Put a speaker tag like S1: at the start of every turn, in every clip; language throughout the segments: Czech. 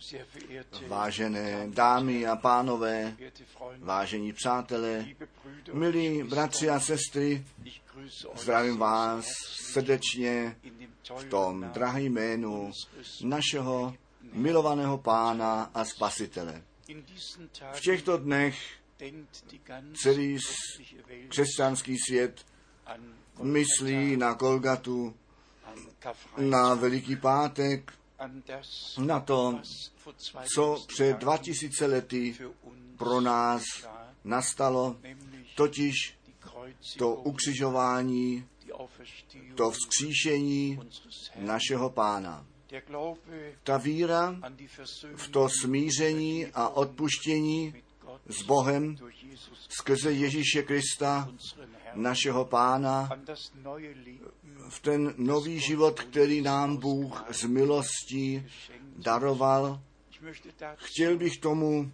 S1: Vážené dámy a pánové, vážení přátelé, milí bratři a sestry, zdravím vás srdečně v tom drahém jménu našeho milovaného Pána a Spasitele. V těchto dnech celý křesťanský svět myslí na Golgatu, na Veliký pátek, na to, co před 2000 lety pro nás nastalo, totiž to ukřižování, to vzkříšení našeho Pána. Ta víra v to smíření a odpuštění s Bohem skrze Ježíše Krista, našeho Pána, v ten nový život, který nám Bůh z milostí daroval. Chtěl bych tomu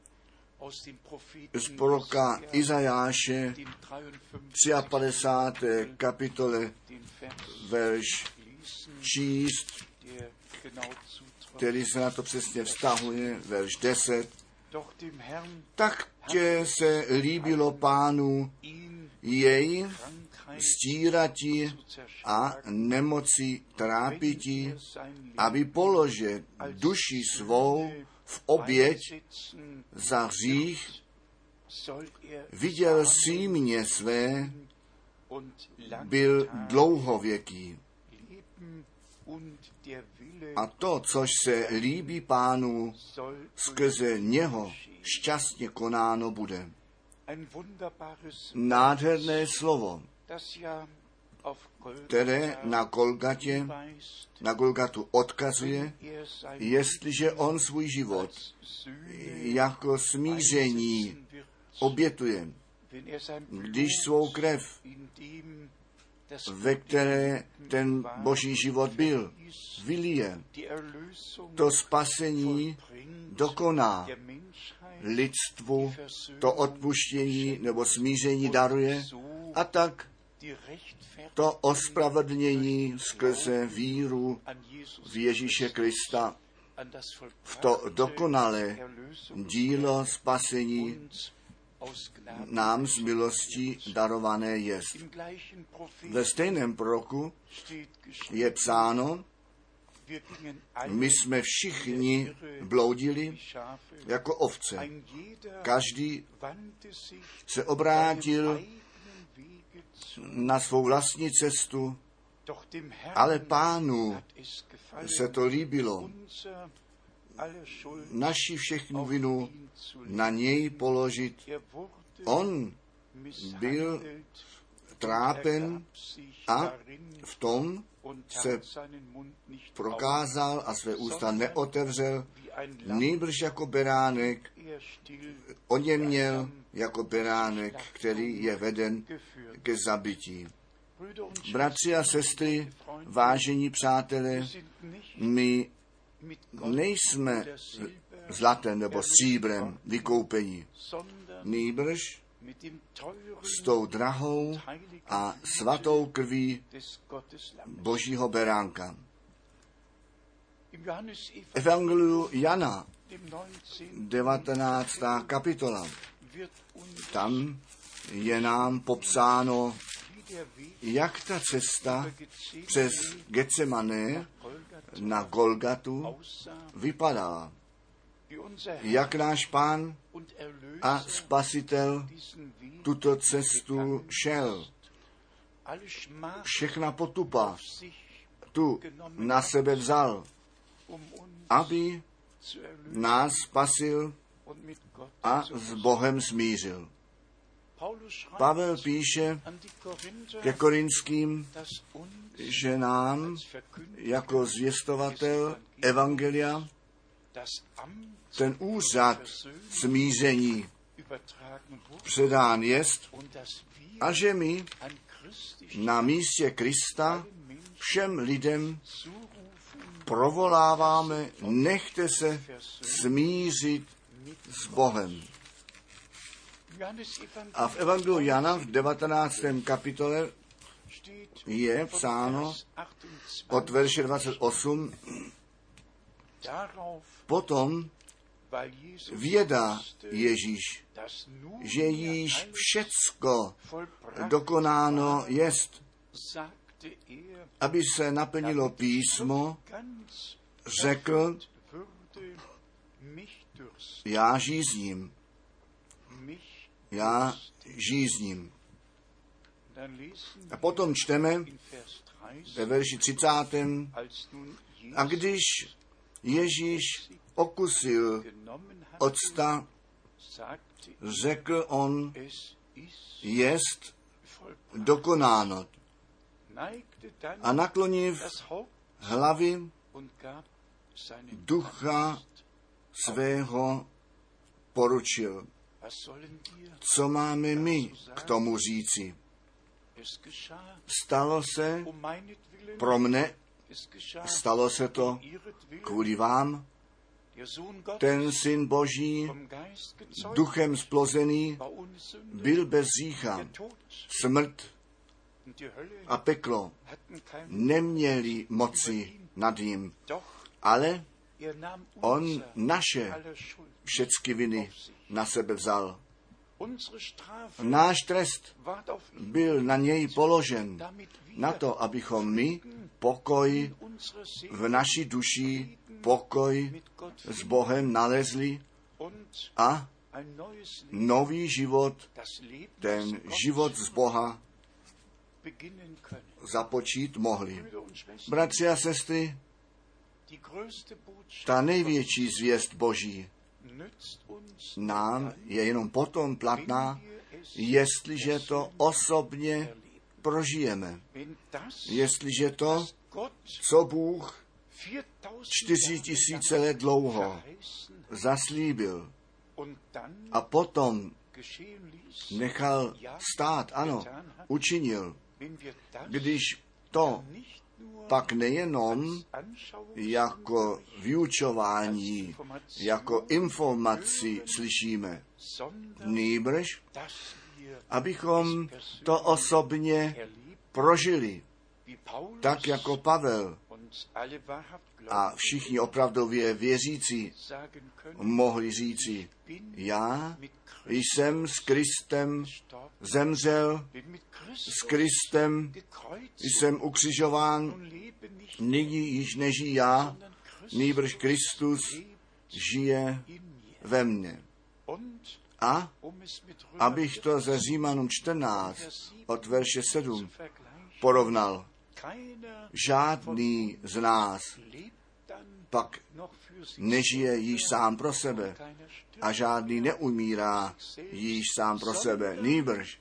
S1: z proroka Izajáše 53. kapitole verš číst, který se na to přesně vztahuje, verš 10. Tak tě se líbilo Pánu jej stírati a nemoci trápiti, aby položil duši svou v oběť za hřích, viděl símě své, byl dlouhověký. A to, což se líbí Pánu, skrze něho šťastně konáno bude. Nádherné slovo, které na Golgatu odkazuje, jestliže on svůj život jako smíření obětuje, když svou krev, ve které ten boží život byl, vylije, to spasení dokoná, lidstvu to odpuštění nebo smíření daruje a tak to ospravedlnění skrze víru v Ježíše Krista, v to dokonalé dílo spasení nám z milostí darované jest. Ve stejném proroku je psáno, my jsme všichni bloudili jako ovce. Každý se obrátil na svou vlastní cestu, ale Pánu se to líbilo. Naši všechnu vinu na něj položit. On byl trápen a v tom se prokázal a své ústa neotevřel, nýbrž jako beránek, oněměl jako beránek, který je veden ke zabití. Bratři a sestry, vážení přátelé, my nejsme zlatem nebo stříbrem vykoupení, nýbrž s tou drahou a svatou krví Božího beránka. Evangeliu Jana, 19. kapitola. Tam je nám popsáno, jak ta cesta přes Getsemane na Golgatu vypadá. Jak náš Pán a Spasitel tuto cestu šel. Všechna potupa tu na sebe vzal, aby nás spasil a s Bohem smířil. Pavel píše ke Korinským, že nám jako zvěstovatel evangelia ten úřad smíření předán jest a že my na místě Krista všem lidem provoláváme, nechte se smířit s Bohem. A v Evangeliu Jana v 19. kapitole je psáno od verše 28, Potom věda Ježíš, že již všecko dokonáno jest, aby se naplnilo písmo, řekl, já žízním. Já žízním. A potom čteme ve verši 30. A když Ježíš okusil octa, řekl on, jest dokonáno. A nakloniv hlavy, ducha svého poručil. Co máme my k tomu říci? Stalo se pro mne, stalo se to kvůli vám. Ten Syn Boží, duchem splozený, byl bez hřícha. Smrt a peklo neměli moci nad ním, ale on naše všechny viny na sebe vzal. Náš trest byl na něj položen, na to, abychom my pokoj v naší duši, pokoj s Bohem nalezli a nový život, ten život z Boha započít mohli. Bratři a sestry, ta největší zvěst Boží nám je jenom potom platná, jestliže to osobně prožijeme. Jestliže to, co Bůh 4000 let dlouho zaslíbil a potom nechal stát, ano, učinil. Když to pak nejenom jako vyučování, jako informaci slyšíme, nýbrž, abychom to osobně prožili, tak jako Pavel a všichni opravdově věřící mohli říci, já jsem s Kristem zemřel, s Kristem jsem ukřižován, nyní již nežijí já, nýbrž Kristus žije ve mně. A abych to ze Římanům 14 od verše 7 porovnal, žádný z nás pak nežije již sám pro sebe a žádný neumírá již sám pro sebe. Nýbrž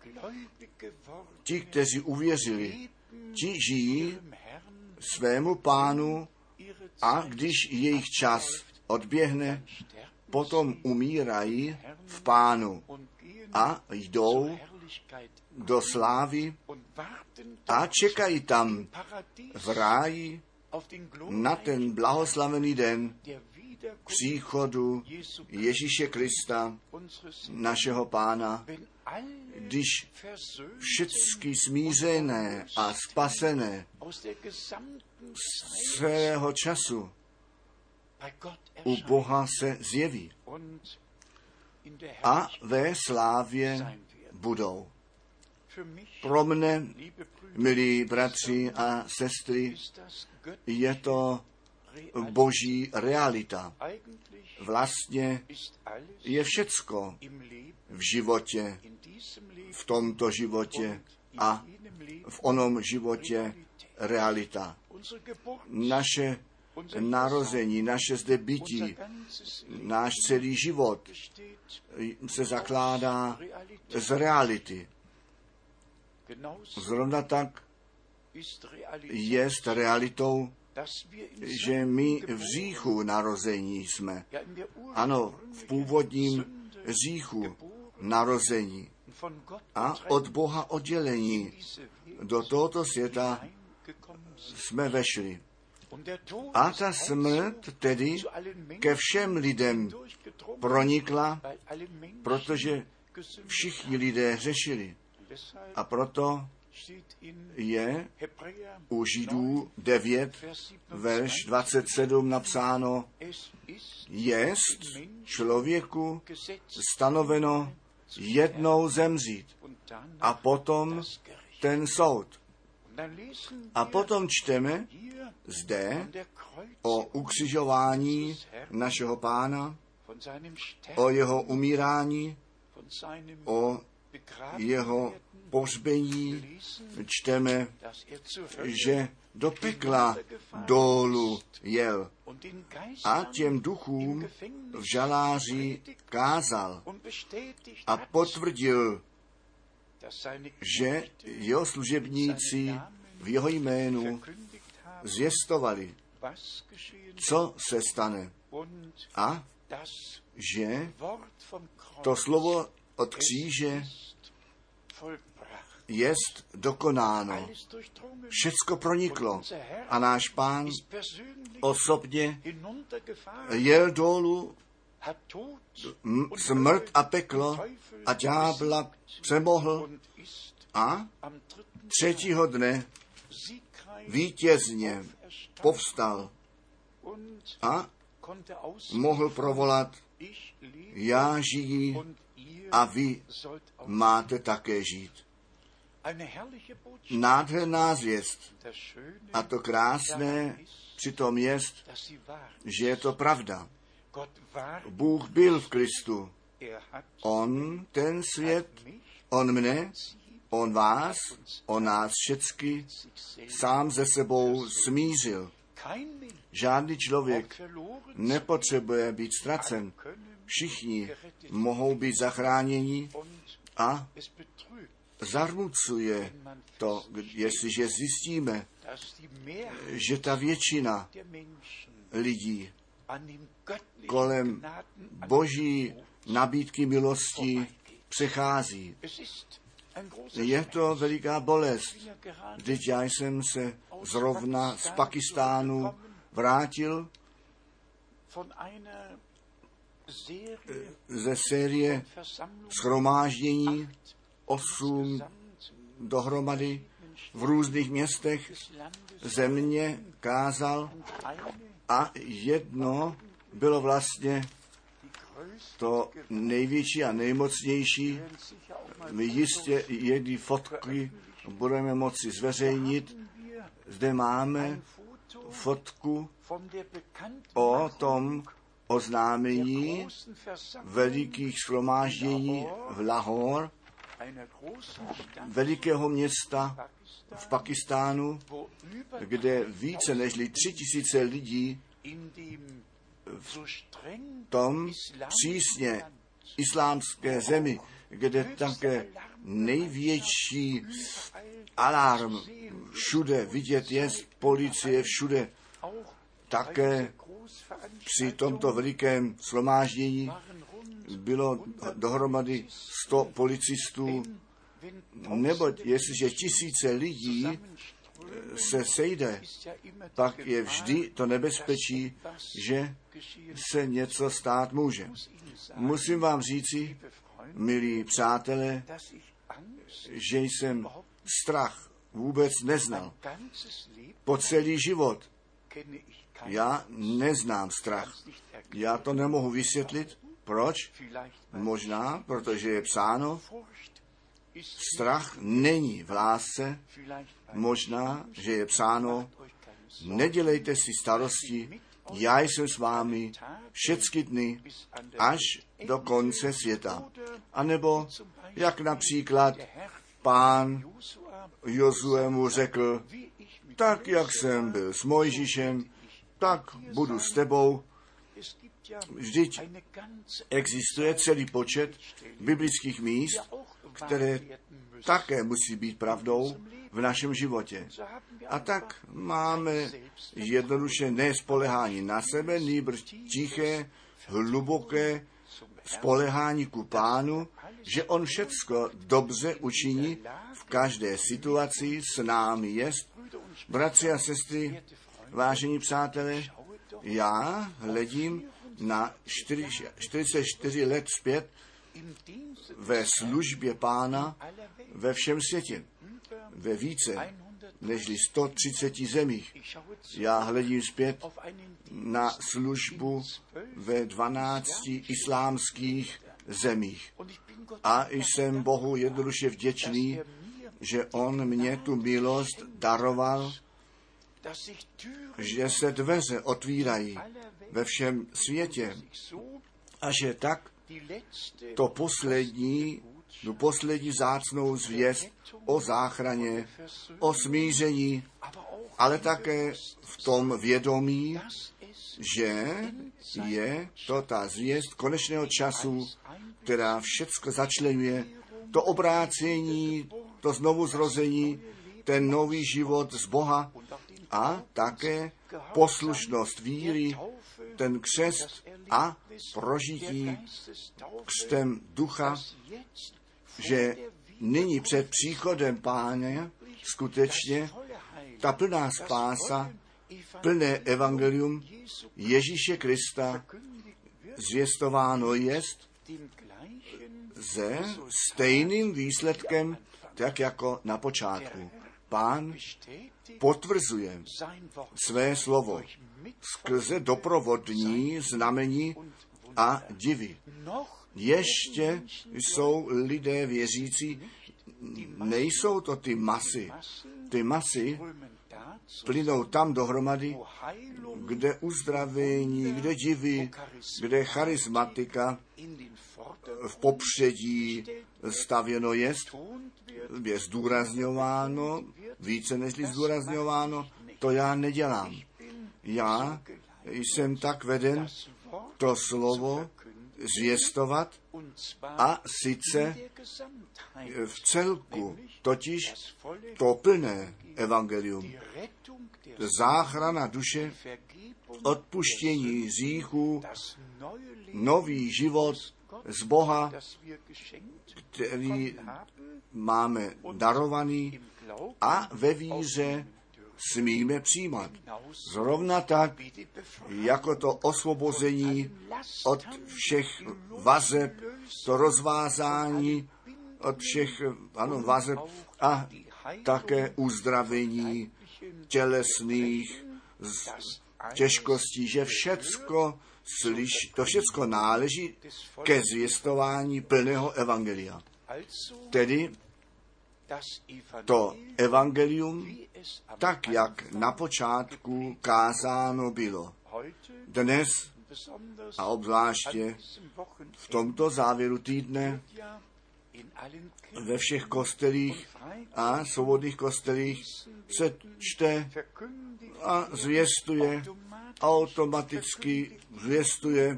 S1: ti, kteří uvěřili, ti žijí svému Pánu a když jejich čas odběhne, potom umírají v Pánu a jdou do slávy a čekají tam v ráji na ten blahoslavený den příchodu Ježíše Krista, našeho Pána, když všechny smířené a spasené z celého času u Boha se zjeví a ve slávě budou. Pro mne, milí bratři a sestry, je to boží realita. Vlastně je všecko v životě, v tomto životě a v onom životě realita. Naše narození, naše zde bytí, náš celý život se zakládá z reality. Zrovna tak je realitou, že my v hříchu narození jsme. Ano, v původním hříchu narození a od Boha oddělení do tohoto světa jsme vešli. A ta smrt tedy ke všem lidem pronikla, protože všichni lidé hřešili. A proto je u Židů 9, verš 27 napsáno, jest člověku stanoveno jednou zemřít a potom ten soud. A potom čteme zde o ukřižování našeho Pána, o jeho umírání, o jeho pohřbení. Čteme, že do pekla dolů jel a těm duchům v žaláři kázal a potvrdil, že jeho služebníci v jeho jménu zvěstovali, co se stane a že to slovo od kříže jest dokonáno. Všecko proniklo a náš Pán osobně jel dolů, smrt a peklo a ďábla přemohl a třetího dne vítězně povstal a mohl provolat, já žiji a vy máte také žít. Nádherná zvěst. A to krásné přitom jest, že je to pravda. Bůh byl v Kristu. On ten svět, on mne, on vás, on nás všecky sám ze sebou smířil. Žádný člověk nepotřebuje být ztracen. Všichni mohou být zachráněni a zarmucuje to, jestliže zjistíme, že ta většina lidí kolem Boží nabídky milosti přechází. Je to veliká bolest. Vždyť já jsem se zrovna z Pakistánu vrátil ze série shromáždění 8 dohromady v různých městech země kázal a jedno bylo vlastně to největší a nejmocnější. My jistě jedny fotky budeme moci zveřejnit. Zde máme fotku o tom oznámení velikých shromáždění v Lahore, velikého města v Pakistánu, kde více než 3000 lidí v tom přísně islámské zemi, kde také největší alarm všude vidět je, policie všude, také při tomto velikém shromáždění bylo dohromady 100 policistů, neboť jestliže tisíce lidí se sejde, pak je vždy to nebezpečí, že se něco stát může. Musím vám říci, milí přátelé, že jsem strach vůbec neznal. Po celý život já neznám strach. Já to nemohu vysvětlit. Proč? Možná, protože je psáno, strach není v lásce. Možná, že je psáno, nedělejte si starosti, já jsem s vámi všechny dny až do konce světa. A nebo, jak například Pán Jozue mu řekl, tak jak jsem byl s Mojžíšem, tak budu s tebou. Vždyť existuje celý počet biblických míst, které také musí být pravdou v našem životě. A tak máme jednoduše ne spolehání na sebe, nýbrž tiché, hluboké spolehání ku Pánu, že on všecko dobře učiní v každé situaci s námi jest. Bratři a sestry, vážení přátelé, já hledím na 44 let zpět ve službě Pána ve všem světě. ve více než 130 zemích. Já hledím zpět na službu ve 12 islámských zemích. A jsem Bohu jednoduše vděčný, že on mě tu milost daroval, že se dveře otvírají ve všem světě a že tak tu poslední vzácnou zvěst o záchraně, o smíření, ale také v tom vědomí, že je to ta zvěst konečného času, která všecko začleňuje, to obrácení, to znovuzrození, ten nový život z Boha a také poslušnost víry, ten křest a prožití křtem ducha, že nyní před příchodem Páně skutečně ta plná spása, plné evangelium Ježíše Krista zvěstováno jest se stejným výsledkem, tak jako na počátku. Pán potvrzuje své slovo skrze doprovodní znamení a divy. Ještě jsou lidé věřící, nejsou to ty masy. Ty masy plynou tam dohromady, kde uzdravení, kde divy, kde charismatika v popředí stavěno je zdůrazňováno, více než zdůrazňováno, to já nedělám. Já jsem tak veden to slovo zvěstovat a sice v celku, totiž to plné evangelium. Záchrana duše, odpuštění hříchů, nový život z Boha, který máme darovaný a ve víře smíme přijímat. Zrovna tak, jako to osvobození od všech vazeb, to rozvázání od všech vazeb a také uzdravení tělesných těžkostí, že to všecko náleží ke zvěstování plného evangelia. Tedy to evangelium, tak jak na počátku kázáno bylo. Dnes a obzvláště v tomto závěru týdne ve všech kostelích a svobodných kostelích se čte a zvěstuje, automaticky zvěstuje,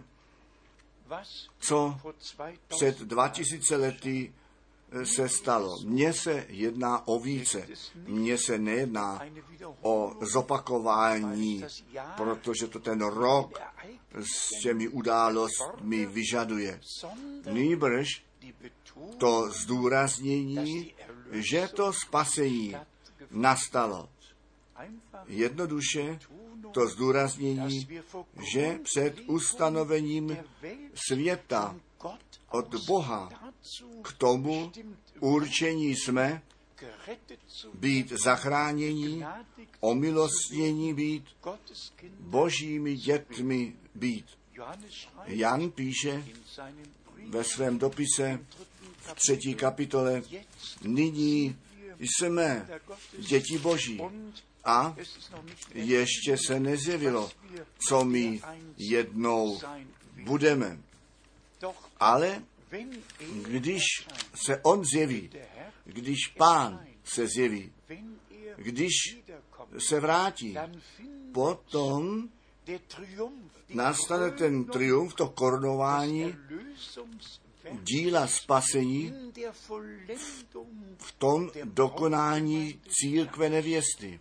S1: co před 2000 lety se stalo. Mně se jedná o více. Mně se nejedná o zopakování, protože to ten rok s těmi událostmi vyžaduje. Nýbrž to zdůraznění, že to spasení nastalo. Jednoduše to zdůraznění, že před ustanovením světa od Boha k tomu určení jsme být zachránění, omilostnění být, božími dětmi být. Jan píše ve svém dopise v 3. kapitole, nyní jsme děti Boží a ještě se nezjevilo, co my jednou budeme. Ale když se on zjeví, když Pán se zjeví, když se vrátí, potom nastane ten triumf, to korunování díla spasení v tom dokonání církve nevěsty.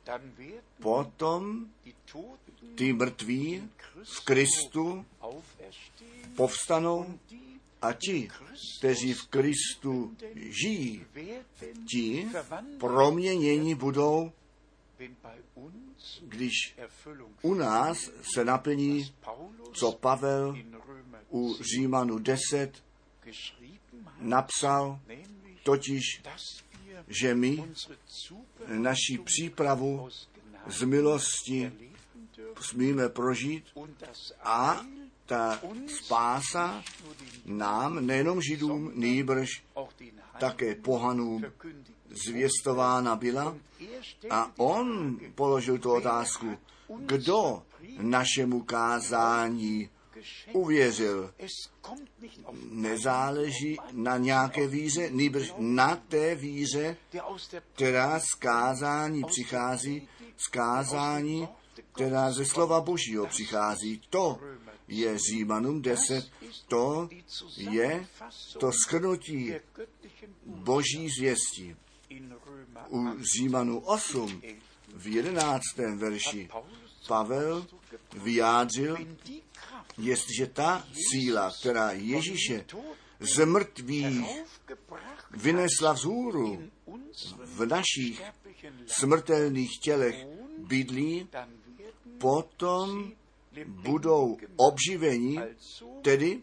S1: Potom ty mrtví v Kristu povstanou a ti, kteří v Kristu žijí, ti proměnění budou, když u nás se naplní, co Pavel u Římanů 10 napsal, totiž, že my naši přípravu z milosti smíme prožít a ta spása nám, nejenom Židům, nýbrž také pohanům zvěstována byla. A on položil tu otázku, kdo našemu kázání uvěřil. Nezáleží na nějaké víře, nýbrž na té víře, která z kázání přichází, z kázání, která ze slova Božího přichází. To je Římanům 10, to je to shrnutí Boží zvěstí. U Římanů 8 v 11. verši Pavel vyjádřil, jestliže ta síla, která Ježíše z mrtvých vynesla vzhůru, v našich smrtelných tělech bydlí, potom budou obživeni, tedy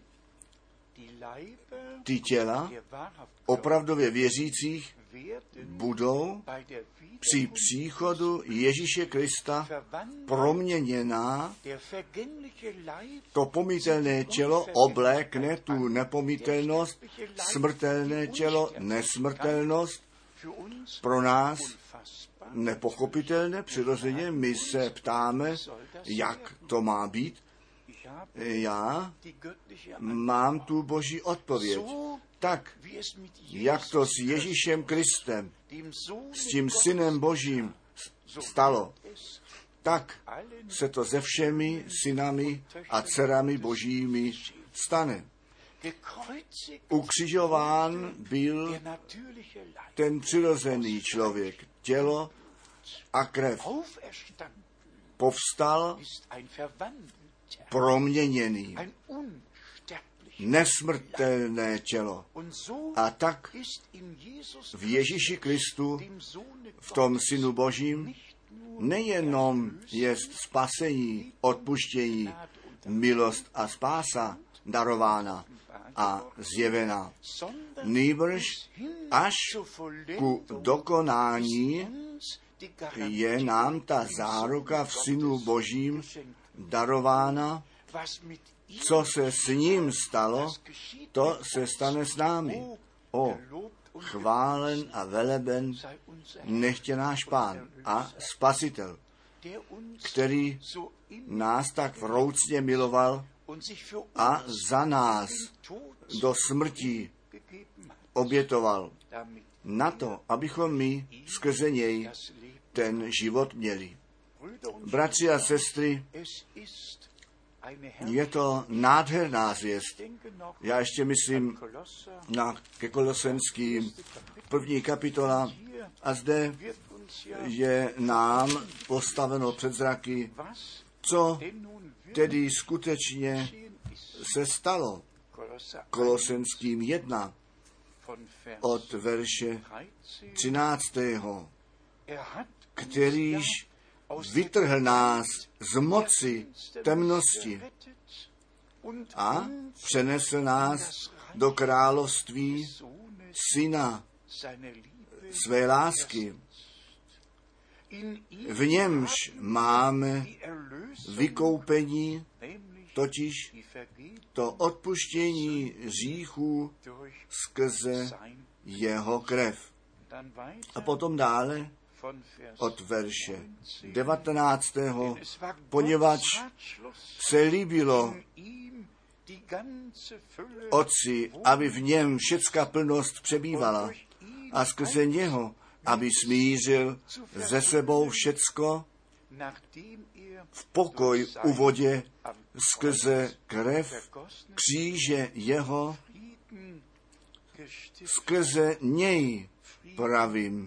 S1: ty těla opravdově věřících budou při příchodu Ježíše Krista proměněná, to pomytelné tělo oblékne tu nepomytelnost, smrtelné tělo nesmrtelnost, pro nás nepochopitelné, přirozeně my se ptáme, jak to má být. Já mám tu Boží odpověď. Tak, jak to s Ježíšem Kristem, s tím Synem Božím stalo, tak se to se všemi synami a dcerami Božími stane. Ukřižován byl ten přirozený člověk, tělo a krev. Povstal proměněný, nesmrtelné tělo. A tak v Ježíši Kristu, v tom Synu Božím, nejenom jest spasení, odpuštění, milost a spása darována a zjevena, nýbrž až ku dokonání je nám ta záruka v Synu Božím darována. Co se s ním stalo, to se stane s námi. O, chválen a veleben nechtě náš Pán a Spasitel, který nás tak vroucně miloval a za nás do smrti obětoval, na to, abychom my skrze něj ten život měli. Bratři a sestry, je to nádherná zvěst. Já ještě myslím ke Kolosenským 1. kapitola a zde je nám postaveno před zraky, co tedy skutečně se stalo. Kolosenským 1 od verše 13. kterýž vytrhl nás z moci temnosti a přenesl nás do království Syna své lásky. V němž máme vykoupení, totiž to odpuštění hříchů skrze jeho krev. A potom dále od verše 19. poněvadž se líbilo Otci, aby v něm všecká plnost přebývala a skrze něho, aby smířil ze sebou všecko v pokoj u vodě skrze krev kříže jeho, skrze něj pravým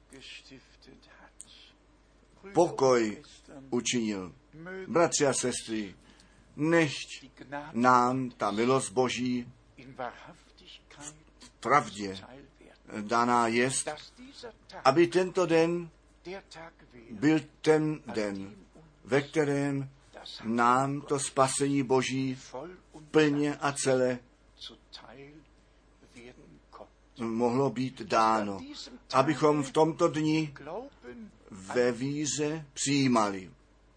S1: pokoj učinil. Bratři a sestry, nechť nám ta milost Boží v pravdě daná jest, aby tento den byl ten den, ve kterém nám to spasení Boží plně a celé mohlo být dáno, abychom v tomto dni ve víře přijímali,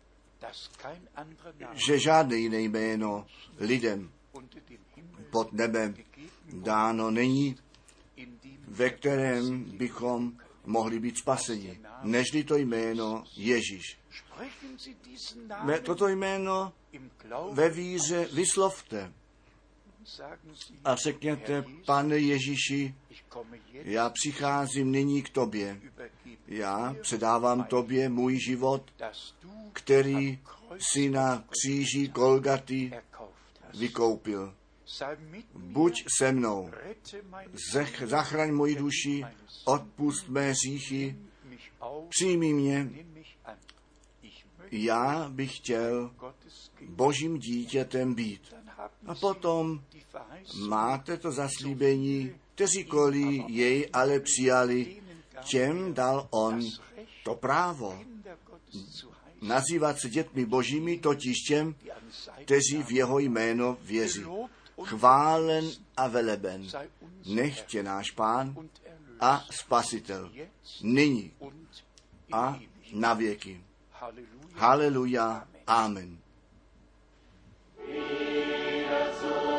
S1: že žádné jiné jméno lidem pod nebem dáno není, ve kterém bychom mohli být spaseni, nežli to jméno Ježíš. Toto jméno ve víře vyslovte a řekněte: Pane Ježíši, já přicházím nyní k tobě. Já předávám tobě můj život, který si na kříži Golgaty vykoupil. Buď se mnou, zachraň moji duši, odpusť mé hříchy, přijmi mě. Já bych chtěl Božím dítětem být. A potom máte to zaslíbení, kteříkoliv jej ale přijali, těm dal on to právo nazývat se dětmi Božími, totiž těm, kteří v jeho jméno věří. Chválen a veleben nechtě náš Pán a Spasitel, nyní a na věky. Haleluja, amen.